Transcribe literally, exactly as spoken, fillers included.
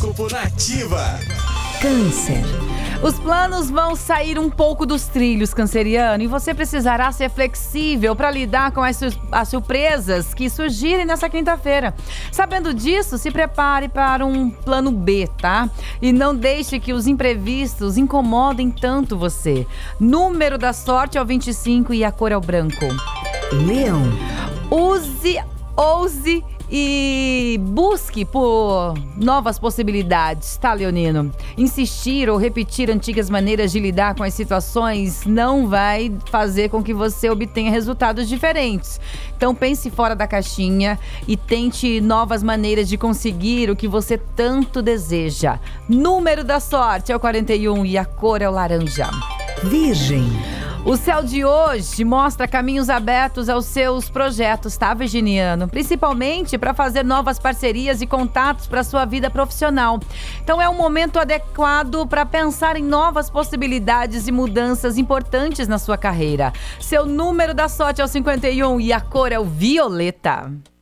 Horóscopo Nativa. Câncer. Os planos vão sair um pouco dos trilhos, canceriano, e você precisará ser flexível para lidar com as, su- as surpresas que surgirem nessa quinta-feira. Sabendo disso, se prepare para um plano B, tá? E não deixe que os imprevistos incomodem tanto você. Número da sorte é o vinte e cinco e a cor é o branco. Leão. Use, ouse e busque por novas possibilidades, tá, leonino? Insistir ou repetir antigas maneiras de lidar com as situações não vai fazer com que você obtenha resultados diferentes. Então pense fora da caixinha e tente novas maneiras de conseguir o que você tanto deseja. Número da sorte é o quarenta e um e a cor é o laranja. Virgem. O céu de hoje mostra caminhos abertos aos seus projetos, tá, virginiano? Principalmente para fazer novas parcerias e contatos para sua vida profissional. Então é um momento adequado para pensar em novas possibilidades e mudanças importantes na sua carreira. Seu número da sorte é o cinquenta e um e a cor é o violeta.